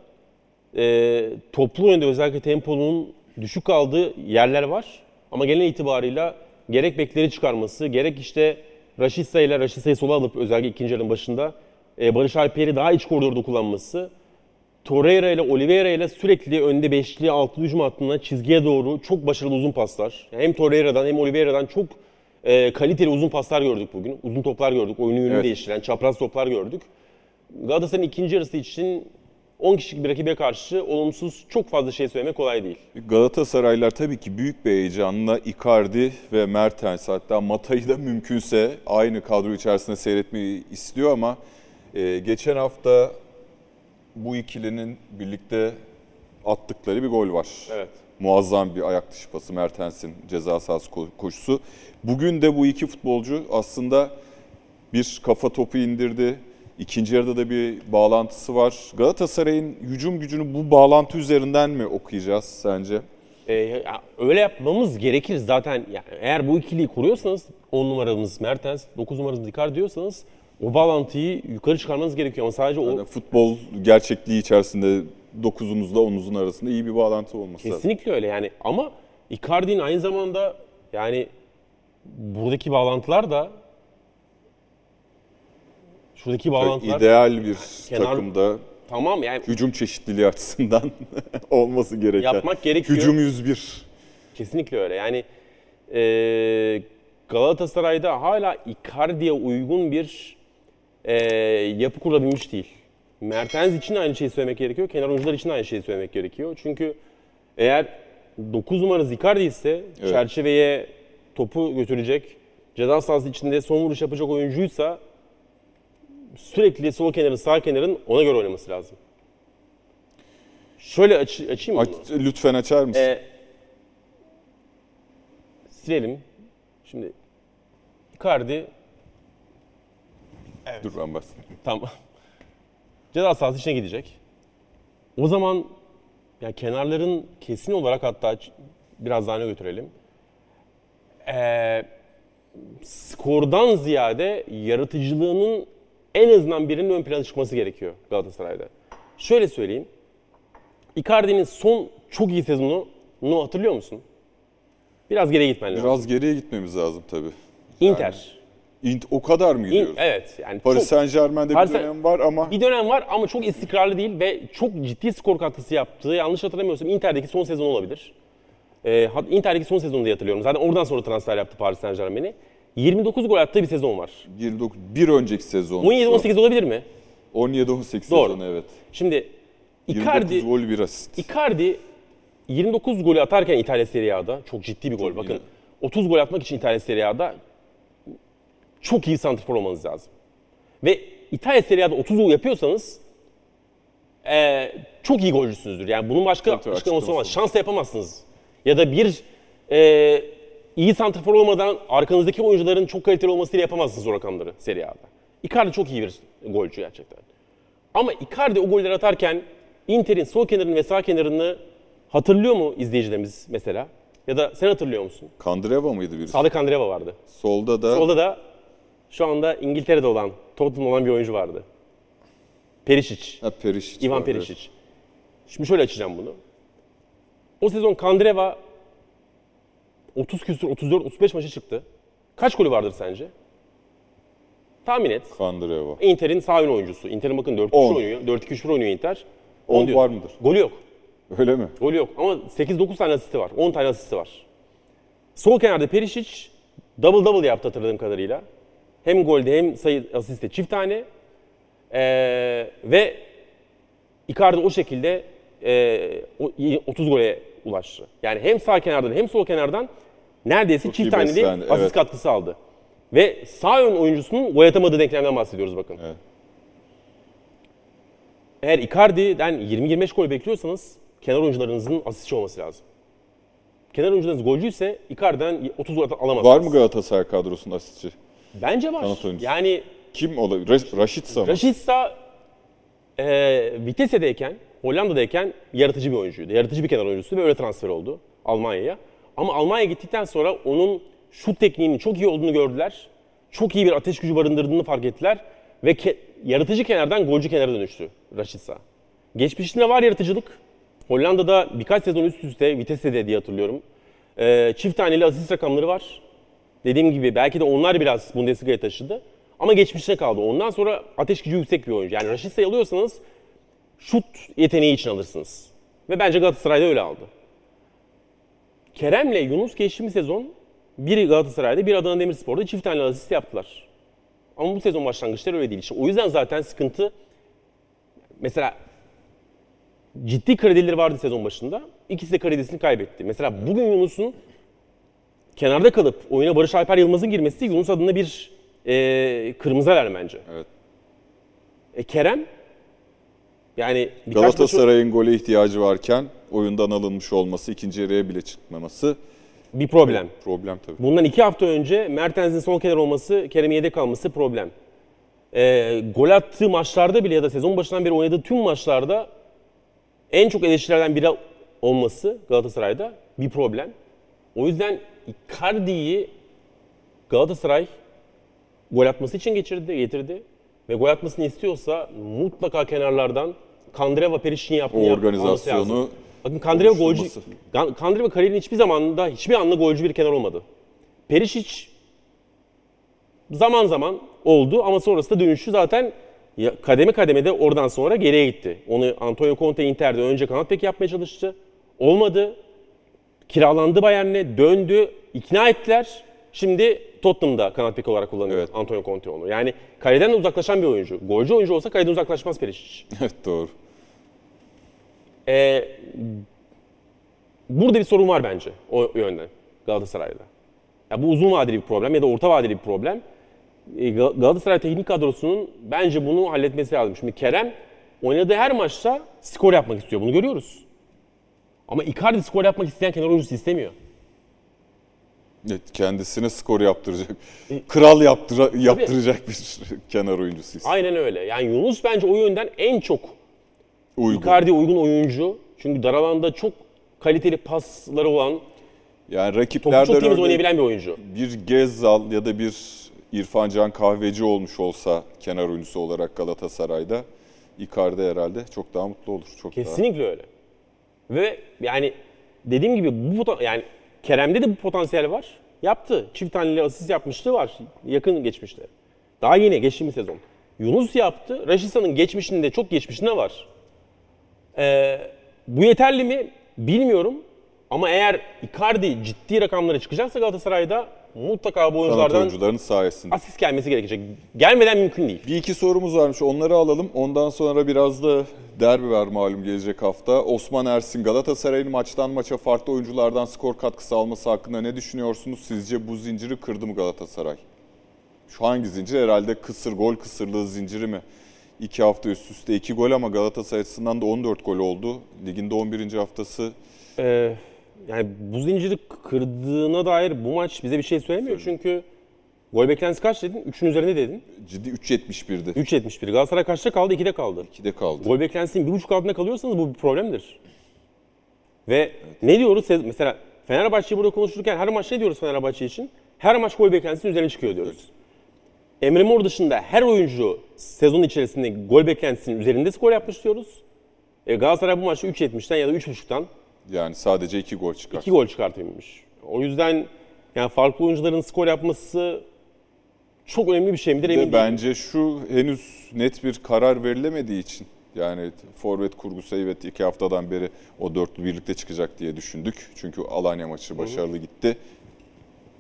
toplu oyunda özellikle temponun düşük kaldığı yerler var. Ama genel itibarıyla gerek bekleri çıkarması, gerek işte Raşitsa'yı sola alıp özellikle ikinci yarının başında Barış Alper'i daha iç koridorda kullanması, Torreira ile Oliveira ile sürekli önde beşli, altlı hücum hattına çizgiye doğru çok başarılı uzun paslar. Hem Torreira'dan hem Oliveira'dan çok kaliteli uzun paslar gördük bugün. Uzun toplar gördük, oyunu yönünü değiştiren çapraz toplar gördük. Galatasaray'ın ikinci yarısı için 10 kişilik bir rakibe karşı olumsuz çok fazla şey söylemek kolay değil. Galatasaraylılar tabii ki büyük bir heyecanla Icardi ve Mertens, hatta Mata'yı da mümkünse aynı kadro içerisinde seyretmeyi istiyor ama geçen hafta bu ikilinin birlikte attıkları bir gol var. Evet. Muazzam bir ayak dışı pası, Mertens'in ceza sahası koşusu. Bugün de bu iki futbolcu aslında bir kafa topu indirdi. İkinci yarıda da bir bağlantısı var. Galatasaray'ın hücum gücünü bu bağlantı üzerinden mi okuyacağız sence? Öyle yapmamız gerekir zaten. Yani eğer bu ikiliyi kuruyorsanız 10 numaramız Mertens, 9 numaramız Icardi diyorsanız o bağlantıyı yukarı çıkarmanız gerekiyor. Ama sadece yani futbol gerçekliği içerisinde 9'unuzla 10'unuzun arasında iyi bir bağlantı olması lazım. Kesinlikle öyle yani. Ama Icardi'nin aynı zamanda yani buradaki bağlantılar da şuradaki bağlantılar ideal bir kenar, takımda tamam yani hücum çeşitliliği açısından olması gereken. Yapmak gerekiyor. Hücum 101. Kesinlikle öyle. Yani Galatasaray'da hala Icardi'ye uygun bir yapı kurabilmiş değil. Mertens için de aynı şeyi söylemek gerekiyor. Kenar oyuncular için de aynı şeyi söylemek gerekiyor. Çünkü eğer 9 numarası Icardi ise çerçeveye topu götürecek, ceza sahası içinde son vuruş yapacak oyuncuysa sürekli sol kenarın, sağ kenarın ona göre oynaması lazım. Şöyle açayım mı bunu? Lütfen açar mısın? Silelim. Şimdi Icardi... Evet. Dur ben bahsedeyim. Tamam. Ceza sahası içine gidecek. O zaman yani kenarların kesin olarak, hatta biraz daha öne götürelim. Skordan ziyade yaratıcılığının en azından birinin ön plana çıkması gerekiyor Galatasaray'da. Şöyle söyleyeyim. Icardi'nin son çok iyi sezonunu hatırlıyor musun? Biraz geriye gitmen lazım. Biraz geriye gitmemiz lazım tabii. Inter. O kadar mı gidiyoruz? Evet. Yani Paris Saint-Germain'de bir dönem var ama... Bir dönem var ama çok istikrarlı değil ve çok ciddi skor katkısı yaptığı, yanlış hatırlamıyorsam Inter'deki son sezon olabilir. Inter'deki son sezonu diye hatırlıyorum. Zaten oradan sonra transfer yaptı Paris Saint-Germain'e. 29 gol attığı bir sezon var. 29, bir önceki sezon. 17-18 olabilir mi? 17-18 sezonu evet. Şimdi Icardi, 29 gol bir asist. Icardi 29 golü atarken İtalya Serie A'da çok ciddi bir gol. Çok Bakın iyi. 30 gol atmak için İtalya Serie A'da çok iyi santrfor olmanız lazım. Ve İtalya Serie A'da 30 gol yapıyorsanız çok iyi golcüsünüzdür. Yani bunun başka açıklaması olmaz. Şans da yapamazsınız. Ya da bir iyi santrfor olmadan arkanızdaki oyuncuların çok kaliteli olmasıyla yapamazsınız o rakamları Serie A'da. Icardi çok iyi bir golcü gerçekten. Ama Icardi o golleri atarken Inter'in sol kenarını ve sağ kenarını hatırlıyor mu izleyicilerimiz mesela? Ya da sen hatırlıyor musun? Kandreva mıydı birisi? Sağda Kandreva vardı. Solda da şu anda İngiltere'de olan, Tottenham'da olan bir oyuncu vardı. Perisic. Perisic. Ivan Perisic. Şimdi şöyle açacağım bunu. O sezon Kandreva 30 küsur, 34, 35 maça çıktı. Kaç golü vardır sence? Tahmin et. Kandreva. Inter'in sağ ön oyuncusu. Inter'in bakın 4-2-3 oynuyor. 4-2-3-1 oynuyor Inter. 10 var mıdır? Golü yok. Öyle mi? Golü yok ama 8-9 tane asisti var. 10 tane asisti var. Sol kenarda Perisic double double yaptı hatırladığım kadarıyla. Hem golde hem sayı asiste çift tane. Ve Icardi o şekilde 30 gole ulaştı. Yani hem sağ kenardan hem sol kenardan neredeyse Çok iyi çift taneli beslendi, asist evet. katkısı aldı. Ve sağ ön oyuncusunun gol atamadığı denklemden bahsediyoruz bakın. Evet. Eğer Icardi'den 20-25 gol bekliyorsanız kenar oyuncularınızın asistçi olması lazım. Kenar oyuncularınız golcüyse Icardi'den 30 gol alamazsınız. Var mı Galatasaray kadrosunda asistçi? Bence var. Kanat oyuncusu. Yani Kim olabilir? Raşitsa mı? Rashica Vitesse'deyken, Hollanda'dayken yaratıcı bir oyuncuydu. Yaratıcı bir kenar oyuncusu ve öyle transfer oldu Almanya'ya. Ama Almanya'ya gittikten sonra onun şut tekniğinin çok iyi olduğunu gördüler. Çok iyi bir ateş gücü barındırdığını fark ettiler. Ve yaratıcı kenardan golcü kenara dönüştü Rashica. Geçmişinde var yaratıcılık. Hollanda'da birkaç sezon üst üste Vitesse'de diye hatırlıyorum. Çift taneli asist rakamları var. Dediğim gibi belki de onlar biraz Bundesliga'ya taşıdı. Ama geçmişte kaldı. Ondan sonra ateş gücü yüksek bir oyuncu. Yani Rashica'yı alıyorsanız şut yeteneği için alırsınız. Ve bence Galatasaray'da öyle aldı. Kerem'le Yunus geçtiğimiz sezon biri Galatasaray'da, bir Adana Demirspor'da çift tane asist yaptılar. Ama bu sezon başlangıçları öyle değil. İşte o yüzden zaten sıkıntı. Mesela ciddi kredileri vardı sezon başında. İkisi de kredisini kaybetti. Mesela bugün Yunus'un kenarda kalıp oyuna Barış Alper Yılmaz'ın girmesi Yunus adına bir kırmızı alarm bence. Evet. Kerem yani Galatasaray'ın gole ihtiyacı varken oyundan alınmış olması, ikinci yarıya bile çıkmaması bir problem. problem tabii. Bundan 2 hafta önce Mertens'in son kenar olması, Kerem'in yedek kalması problem. Gol attığı maçlarda bile ya da sezon başından beri oynadığı tüm maçlarda en çok eleştirilerden biri olması Galatasaray'da bir problem. O yüzden Icardi'yi Galatasaray gol atması için getirdi. Ve gol atmasını istiyorsa mutlaka kenarlardan Kandreva Perişic'in yaptığı O organizasyonu bakın Kandreva golcü. oluşturması. Kandreva kariyerinin hiçbir anında golcü bir kenar olmadı. Perisic zaman zaman oldu ama sonrasında dönüşü zaten kademe kademede oradan sonra geriye gitti. Onu Antonio Conte Inter'de önce kanat bek yapmaya çalıştı. Olmadı. Kiralandı Bayern'e, döndü, ikna ettiler. Şimdi Tottenham'da kanat bek olarak kullanıyor Evet. Antonio Conte onu. Yani kaleden de uzaklaşan bir oyuncu. Golcü oyuncu olsa kaleden uzaklaşmaz Perisic. Evet, doğru. Burada bir sorun var bence o yönden Galatasaray'da. Ya bu uzun vadeli bir problem ya da orta vadeli bir problem. Galatasaray teknik kadrosunun bence bunu halletmesi lazım. Şimdi Kerem oynadığı her maçta skor yapmak istiyor. Bunu görüyoruz. Ama Icardi skor yapmak isteyen kenar oyuncusu istemiyor. Evet, kendisine skor yaptıracak. Kral yaptıracak bir kenar oyuncusu. Aynen öyle. Yani Yunus bence o yönden en çok Uygun. Icardi'ye uygun oyuncu. Çünkü dar alanda çok kaliteli pasları olan, Yani topu rakiplerden çok temiz örneğin oynayabilen bir oyuncu. bir Gezzal ya da bir İrfan Can Kahveci olmuş olsa kenar oyuncusu olarak Galatasaray'da, Icardi herhalde çok daha mutlu olur. Çok Kesinlikle öyle. Ve yani dediğim gibi yani Kerem'de de bu potansiyel var. Yaptı. Çift taneli asist yapmışlığı var yakın geçmişte. Daha yeni geçtiğimiz sezon. Yunus yaptı. Raşitsa'nın geçmişinde, çok geçmişinde var. Bu yeterli mi bilmiyorum. Ama eğer Icardi ciddi rakamlara çıkacaksa Galatasaray'da mutlaka bu Kanat oyunculardan oyuncuların sayesinde. asist gelmesi gerekecek. Gelmeden mümkün değil. Bir iki sorumuz varmış, onları alalım. Ondan sonra biraz da derbi var malum gelecek hafta. Osman Ersin, Galatasaray'ın maçtan maça farklı oyunculardan skor katkısı alması hakkında ne düşünüyorsunuz? Sizce bu zinciri kırdı mı Galatasaray? Şu hangi zincir? Herhalde gol kısırlığı zinciri mi? 2 hafta üst üste 2 gol ama Galatasaray açısından da 14 gol oldu. Ligin de 11. haftası. Yani bu zinciri kırdığına dair bu maç bize bir şey söylemiyor. Çünkü gol beklentisi kaç dedin? 3'ün üzerinde dedin. Ciddi 3.71'di. 3.71. Galatasaray kaçta kaldı? 2'de kaldı. 2'de kaldı. Gol beklentisinin 1.5 altında kalıyorsanız bu bir problemdir. Ve ne diyoruz? Mesela Fenerbahçe'yi burada konuşurken her maç ne diyoruz Fenerbahçe için? Her maç gol beklentisinin üzerine çıkıyor diyoruz. Emre Mor dışında her oyuncu sezon içerisinde gol beklentisinin üzerinde skor yapmış diyoruz. Galatasaray bu maçta 3.70'ten ya da 3.5'tan Yani sadece 2 gol çıkar. 2 gol çıkartabilmiş. O yüzden yani farklı oyuncuların skor yapması çok önemli bir şey midir emin değilim. Bence şu henüz net bir karar verilemediği için, yani forvet kurgusu evet 2 haftadan beri o dörtlü birlikte çıkacak diye düşündük. Çünkü Alanya maçı başarılı gitti.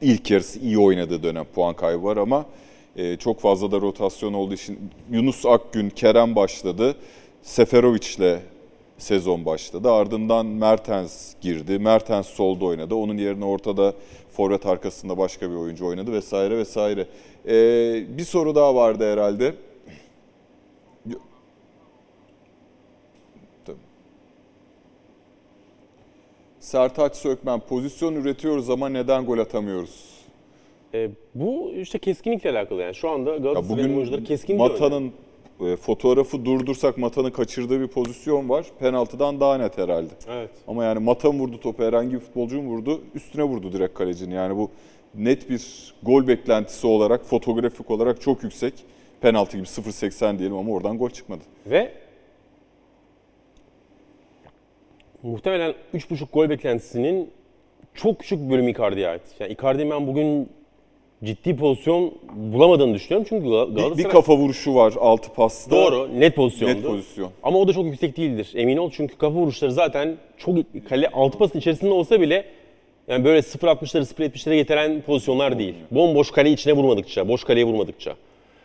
ilk yarısı iyi oynadığı dönem puan kaybı var ama çok fazla da rotasyon olduğu için Yunus Akgün, Kerem başladı. Seferovic'le sezon başladı. Ardından Mertens girdi. Mertens solda oynadı. Onun yerine ortada forvet arkasında başka bir oyuncu oynadı vesaire vesaire. Bir soru daha vardı herhalde. Sertaç Sökmen, pozisyon üretiyoruz ama neden gol atamıyoruz? Bu işte keskinlikle alakalı yani. Şu anda Galatasaray'ın oyuncuları keskin bir Mata'nın fotoğrafı durdursak Mata'nın kaçırdığı bir pozisyon var. Penaltıdan daha net herhalde. Evet. Ama yani Mata mı vurdu topu, herhangi bir futbolcu mu vurdu? Üstüne vurdu direkt kalecinin. Yani bu net bir gol beklentisi olarak, fotoğrafik olarak çok yüksek. Penaltı gibi 0.80 diyelim ama oradan gol çıkmadı. Ve muhtemelen 3.5 gol beklentisinin çok küçük bir bölümü Icardi'ye ait. Yani Icardi'nin ben bugün ciddi pozisyon bulamadığını düşünüyorum. Çünkü Galatasaray... Bir kafa vuruşu var altı pasta. Doğru, net pozisyondu. Net pozisyon. Ama o da çok yüksek değildir, emin ol. Çünkü kafa vuruşları zaten çok kale altı pasın içerisinde olsa bile yani böyle 0.60'ları 0.70'lere getiren pozisyonlar değil. Bomboş kale içine vurmadıkça, boş kaleye vurmadıkça.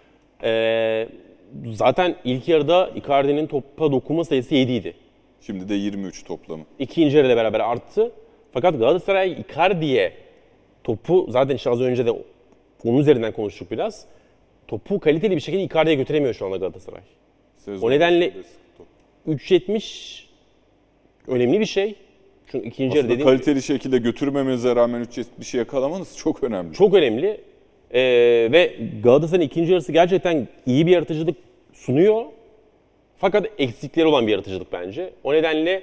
Zaten ilk yarıda Icardi'nin topa dokunma sayısı 7 idi. Şimdi de 23 toplamı. İkinci yarıyla beraber arttı. Fakat Galatasaray Icardi'ye topu zaten işte az önce de onun üzerinden konuştuk biraz. Topu kaliteli bir şekilde Icardi'ye götüremiyor şu anda Galatasaray. O nedenle 3.70 önemli bir şey. Çünkü ikinci yarı dediğim kaliteli şekilde götürmemenize rağmen 3.70 yakalamanız çok önemli. Çok önemli. Ve Galatasaray'ın ikinci yarısı gerçekten iyi bir yaratıcılık sunuyor. Fakat eksikleri olan bir yaratıcılık bence. O nedenle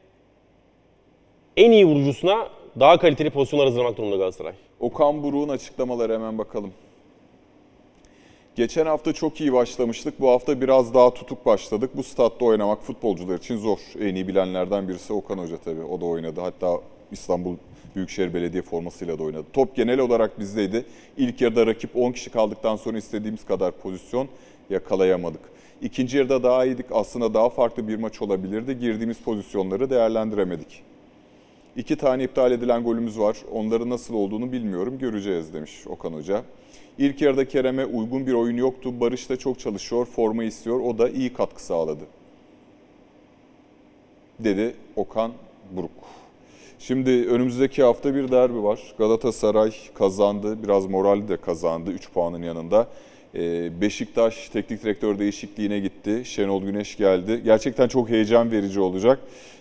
en iyi vurucusuna daha kaliteli pozisyonlar hazırlamak durumunda Galatasaray. Okan Buruk'un açıklamaları hemen bakalım. Geçen hafta çok iyi başlamıştık. Bu hafta biraz daha tutuk başladık. Bu statta oynamak futbolcular için zor. En iyi bilenlerden birisi Okan Hoca tabii. O da oynadı. Hatta İstanbul Büyükşehir Belediye formasıyla da oynadı. Top genel olarak bizdeydi. İlk yarıda rakip 10 kişi kaldıktan sonra istediğimiz kadar pozisyon yakalayamadık. İkinci yarıda daha iyiydik. Aslında daha farklı bir maç olabilirdi. Girdiğimiz pozisyonları değerlendiremedik. 2 tane iptal edilen golümüz var. Onların nasıl olduğunu bilmiyorum. Göreceğiz demiş Okan Hoca. İlk yarıda Kerem'e uygun bir oyun yoktu. Barış da çok çalışıyor, forma istiyor. O da iyi katkı sağladı. Dedi Okan Buruk. Şimdi önümüzdeki hafta bir derbi var. Galatasaray kazandı. Biraz morali de kazandı 3 puanın yanında. Beşiktaş teknik direktör değişikliğine gitti. Şenol Güneş geldi. Gerçekten çok heyecan verici olacak.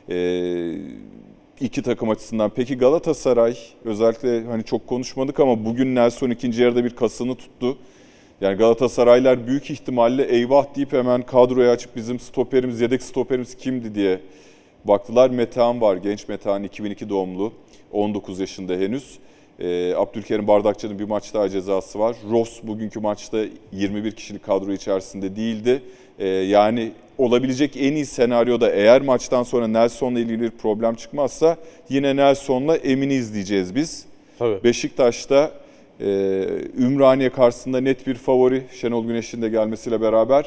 İki takım açısından. Peki Galatasaray özellikle hani çok konuşmadık ama bugün Nelson ikinci yarıda bir kasını tuttu. Yani Galatasaraylar büyük ihtimalle eyvah deyip hemen kadroyu açıp bizim stoperimiz, yedek stoperimiz kimdi diye baktılar. Metehan var, genç Metehan 2002 doğumlu, 19 yaşında henüz. Abdülkerim Bardakçı'nın bir maç daha cezası var. Ross bugünkü maçta 21 kişilik kadro içerisinde değildi. Yani olabilecek en iyi senaryoda eğer maçtan sonra Nelson'la ilgili bir problem çıkmazsa yine Nelson'la Emin'i izleyeceğiz biz. Tabii. Beşiktaş'ta Ümraniye karşısında net bir favori Şenol Güneş'in de gelmesiyle beraber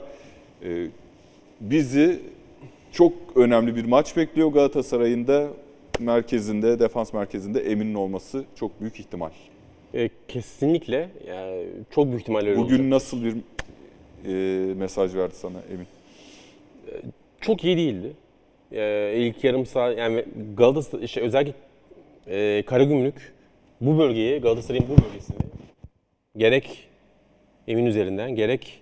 bizi çok önemli bir maç bekliyor. Galatasaray'ın da merkezinde, defans merkezinde Emin'in olması çok büyük ihtimal. Kesinlikle. Yani çok büyük ihtimalle öyle Bugün olacak. nasıl bir mesaj verdi sana Emin? Çok iyi değildi. İlk yarım saat yani Galatasaray işte özellikle Karagümrük bu bölgeyi, Galatasaray'ın bu bölgesini gerek Emin üzerinden gerek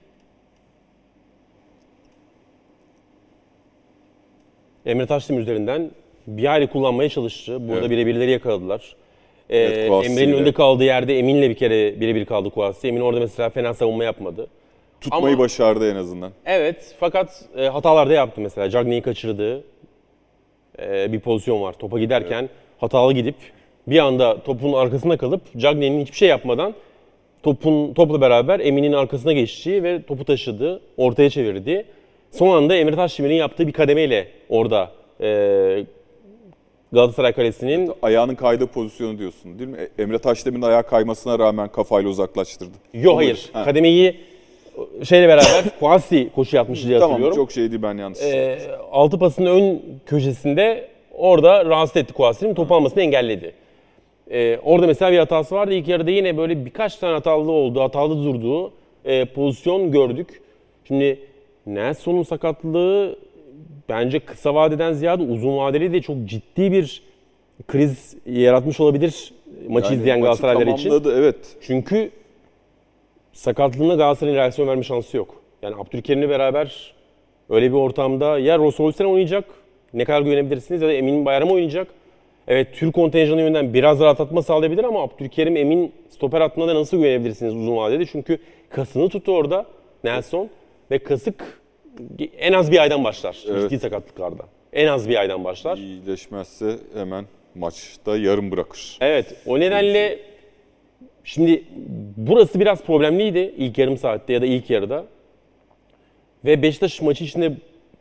Emre Taşdemir üzerinden bir aile kullanmaya çalıştı. Burada birebirleri yakaladılar. Evet, Emre'nin önde kaldığı yerde Emin'le bir kere birebir kaldı Kouassi. Emin orada mesela fena savunma yapmadı. Tutmayı başardı en azından. Evet, fakat hatalar da yaptı mesela. Cagney'i kaçırdığı bir pozisyon var. Topa giderken hatalı gidip bir anda topun arkasında kalıp Cagney'in hiçbir şey yapmadan topla beraber Emin'in arkasına geçtiği ve topu taşıdı, ortaya çevirdi. Son anda Emre Taşdemir'in yaptığı bir kademeyle orada Galatasaray Kalesi'nin... Ayağının kaydığı pozisyonu diyorsun değil mi? Emre Taşdemir'in ayağı kaymasına rağmen kafayla uzaklaştırdı. Yok hayır. Kademeyi şeyle beraber Kouassi koşu yapmış diye hatırlıyorum. Tamam çok şey değil ben yanlış. Altı pasının ön köşesinde orada rahatsız etti Kouassi'nin topu almasını engelledi. Orada mesela bir hatası vardı. İlk yarıda yine böyle birkaç tane hatalı oldu, hatalı durduğu pozisyon gördük. Şimdi Nelson'un sakatlığı bence kısa vadeden ziyade uzun vadeli de çok ciddi bir kriz yaratmış olabilir maçı izleyen Galatasaraylılar için. Evet. Çünkü sakatlığına Galatasaray'ın reaksiyon verme şansı yok. Yani Abdülkerim'le beraber öyle bir ortamda ya Ross Olsen oynayacak, ne kadar güvenebilirsiniz, ya da Emin Bayram oynayacak. Evet, Türk kontenjanı yönünden biraz rahatlatma sağlayabilir ama Abdülkerim, Emin stoper hattına da nasıl güvenebilirsiniz uzun vadede? Çünkü kasını tuttu orada Nelson ve kasık en az bir aydan başlar ciddi sakatlıklarda. En az bir aydan başlar. İyileşmezse hemen maçta yarım bırakır. Evet, o nedenle şimdi burası biraz problemliydi ilk yarım saatte ya da ilk yarıda. Ve Beşiktaş maçı içinde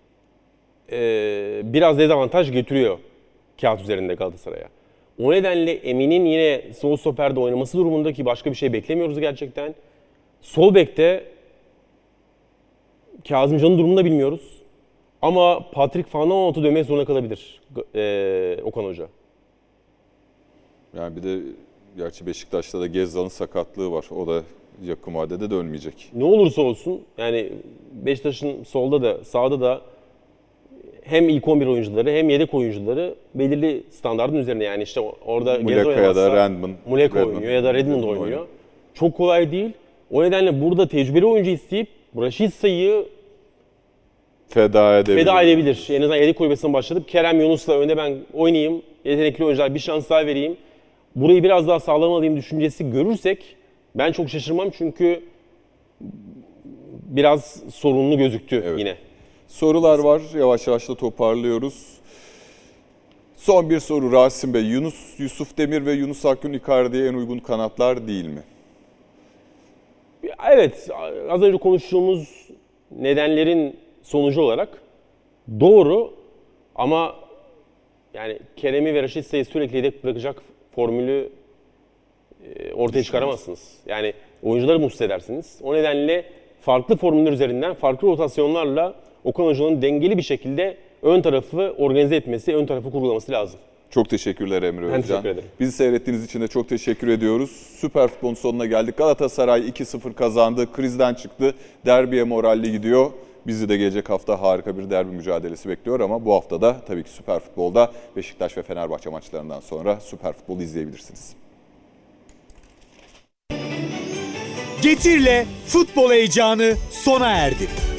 biraz dezavantaj getiriyor kağıt üzerinde Galatasaray'a. O nedenle Emin'in yine sol stoperde oynaması durumunda, ki başka bir şey beklemiyoruz gerçekten. Sol bekte Kazımcan'ın durumunu da bilmiyoruz. Ama Patrick Van Aanholt'u dönmek zorunda kalabilir Okan Hoca. Yani bir de gerçi Beşiktaş'ta da Gezzal'ın sakatlığı var. O da yakın vadede dönmeyecek. Ne olursa olsun yani Beşiktaş'ın solda da sağda da hem ilk 11 oyuncuları hem yedek oyuncuları belirli standardın üzerine, yani işte orada Muleka ya da Redmond. Muleka oynuyor ya da Redmond oynuyor. Çok kolay değil. O nedenle burada tecrübeli oyuncu isteyip Raşitsa'yı feda edebilir. En azından yedek kulübesinden başladıp Kerem Yunus'la önde ben oynayayım, yetenekli oyuncular bir şans daha vereyim, burayı biraz daha sağlamalıyım düşüncesi görürsek ben çok şaşırmam, çünkü biraz sorunlu gözüktü yine. Sorular var. Yavaş yavaş da toparlıyoruz. Son bir soru Rasim Bey. Yusuf Demir ve Yunus Akgün Icardi'ye en uygun kanatlar değil mi? Evet, az önce konuştuğumuz nedenlerin sonucu olarak doğru, ama yani Kerem'i ve Raşitsa'yı sürekli yedek bırakacak formülü ortaya çıkaramazsınız. Yani oyuncuları mutsuz edersiniz. O nedenle farklı formüller üzerinden, farklı rotasyonlarla Okan Hoca'nın dengeli bir şekilde ön tarafı organize etmesi, ön tarafı kurgulaması lazım. Çok teşekkürler Emre Özcan. Ben teşekkür ederim. Bizi seyrettiğiniz için de çok teşekkür ediyoruz. Süper Futbol'un sonuna geldik. Galatasaray 2-0 kazandı, krizden çıktı, derbiye moralli gidiyor. Bizi de gelecek hafta harika bir derbi mücadelesi bekliyor ama bu hafta da tabii ki Süper Futbol'da Beşiktaş ve Fenerbahçe maçlarından sonra Süper Futbol'u izleyebilirsiniz. Getir'le futbol heyecanı sona erdi.